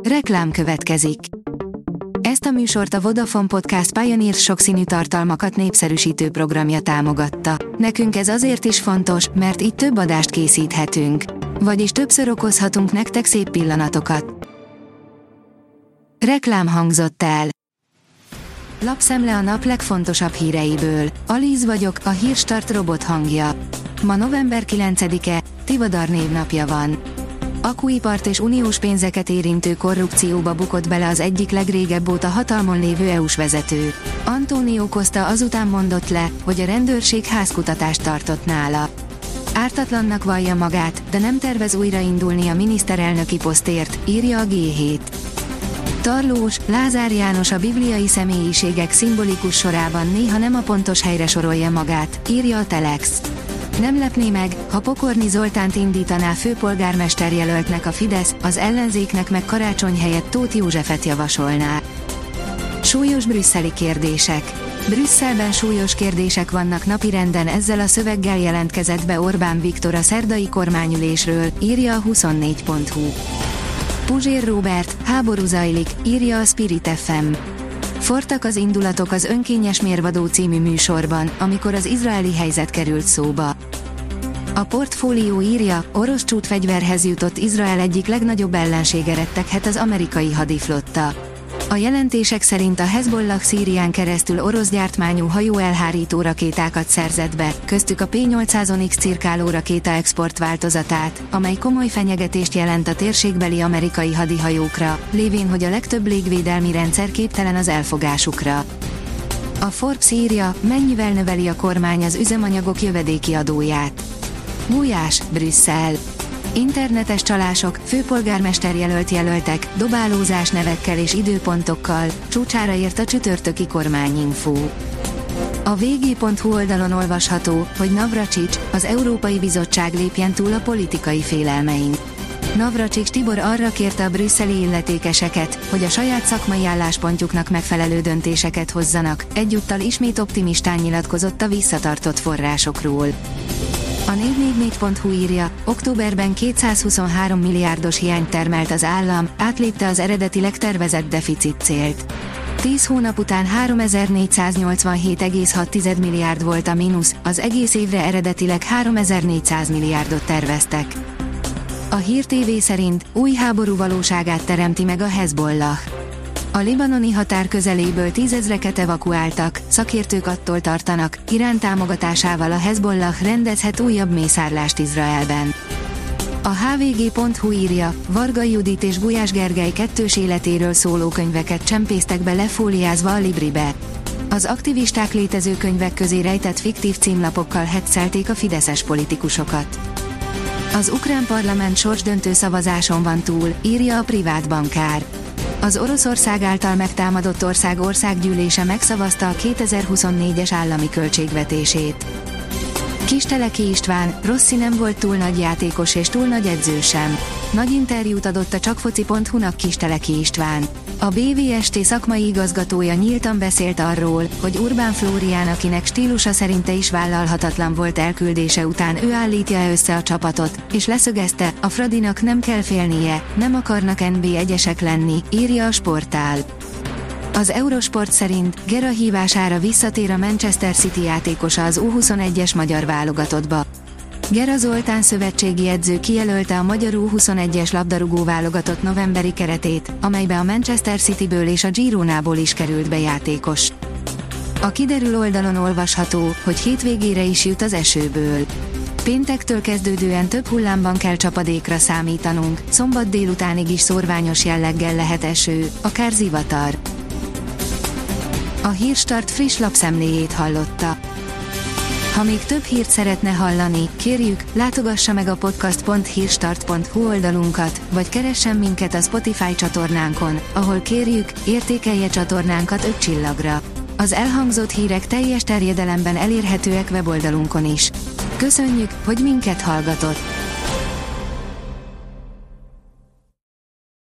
Reklám következik. Ezt a műsort a Vodafone Podcast Pioneer sokszínű tartalmakat népszerűsítő programja támogatta. Nekünk ez azért is fontos, mert így több adást készíthetünk. Vagyis többször okozhatunk nektek szép pillanatokat. Reklám hangzott el. Lapszemle a nap legfontosabb híreiből. Alíz vagyok, a Hírstart robot hangja. Ma november 9-e, Tivadar névnapja van. Akuipart és uniós pénzeket érintő korrupcióba bukott bele az egyik legrégebb óta hatalmon lévő EU-s vezető. Antonio Costa azután mondott le, hogy a rendőrség házkutatást tartott nála. Ártatlannak vallja magát, de nem tervez újraindulni a miniszterelnöki posztért, írja a G7. Tarlós, Lázár János a bibliai személyiségek szimbolikus sorában néha nem a pontos helyre sorolja magát, írja a Telex. Nem lepné meg, ha Pokorni Zoltánt indítaná főpolgármester jelöltnek a Fidesz, az ellenzéknek meg Karácsony helyett Tóth Józsefet javasolná. Súlyos brüsszeli kérdések. Brüsszelben súlyos kérdések vannak napirenden, ezzel a szöveggel jelentkezett be Orbán Viktor a szerdai kormányülésről, írja a 24.hu. Puzsér Róbert, háború zajlik, írja a Spirit FM. Fortak az indulatok az Önkényes mérvadó című műsorban, amikor az izraeli helyzet került szóba. A Portfólió írja, orosz csúcsfegyverhez jutott Izrael egyik legnagyobb ellensége retteghet az amerikai hadiflotta. A jelentések szerint a Hezbollah Szírián keresztül orosz gyártmányú hajóelhárító rakétákat szerzett be, köztük a P-800X cirkáló rakéta export változatát, amely komoly fenyegetést jelent a térségbeli amerikai hadihajókra, lévén hogy a legtöbb légvédelmi rendszer képtelen az elfogásukra. A Forbes írja, mennyivel növeli a kormány az üzemanyagok jövedéki adóját. Gulyás, Brüsszel. Internetes csalások, főpolgármester jelöltek, dobálózás nevekkel és időpontokkal, csúcsára ért a csütörtöki kormányinfó. A vg.hu oldalon olvasható, hogy Navracsics, az Európai Bizottság lépjen túl a politikai félelmein. Navracsics Tibor arra kérte a brüsszeli illetékeseket, hogy a saját szakmai álláspontjuknak megfelelő döntéseket hozzanak, egyúttal ismét optimistán nyilatkozott a visszatartott forrásokról. A 444.hu írja, októberben 223 milliárdos hiányt termelt az állam, átlépte az eredetileg tervezett deficit célt. 10 hónap után 3487,6 milliárd volt a mínusz, az egész évre eredetileg 3400 milliárdot terveztek. A Hír TV szerint új háború valóságát teremti meg a Hezbollah. A libanoni határ közeléből tízezreket evakuáltak, szakértők attól tartanak, Irán támogatásával a Hezbollah rendezhet újabb mészárlást Izraelben. A hvg.hu írja, Varga Judit és Gulyás Gergely kettős életéről szóló könyveket csempésztek be lefóliázva a Libribe. Az aktivisták létező könyvek közé rejtett fiktív címlapokkal heccelték a fideszes politikusokat. Az ukrán parlament sorsdöntő szavazáson van túl, írja a privát bankár. Az Oroszország által megtámadott országgyűlése megszavazta a 2024-es állami költségvetését. Kisteleki István, Rossi nem volt túl nagy játékos és túl nagy edző sem. Nagy interjút adott a csakfoci.hu-nak Kisteleki István. A BVST szakmai igazgatója nyíltan beszélt arról, hogy Urbán Flórián, akinek stílusa szerinte is vállalhatatlan volt elküldése után, ő állítja össze a csapatot, és leszögezte, a Fradinak nem kell félnie, nem akarnak NB1-esek lenni, írja a Sportál. Az Eurosport szerint Gera hívására visszatér a Manchester City játékosa az U21-es magyar válogatottba. Gera Zoltán szövetségi edző kijelölte a magyar U21-es labdarúgó válogatott novemberi keretét, amelybe a Manchester Cityből és a Gironából is került be játékos. A Kiderül oldalon olvasható, hogy hétvégére is jut az esőből. Péntektől kezdődően több hullámban kell csapadékra számítanunk, szombat délutánig is szórványos jelleggel lehet eső, akár zivatar. A Hírstart friss lapszemléjét hallotta. Ha még több hírt szeretne hallani, kérjük, látogassa meg a podcast.hírstart.hu oldalunkat, vagy keressen minket a Spotify csatornánkon, ahol kérjük, értékelje csatornánkat 5 csillagra. Az elhangzott hírek teljes terjedelemben elérhetőek weboldalunkon is. Köszönjük, hogy minket hallgatott!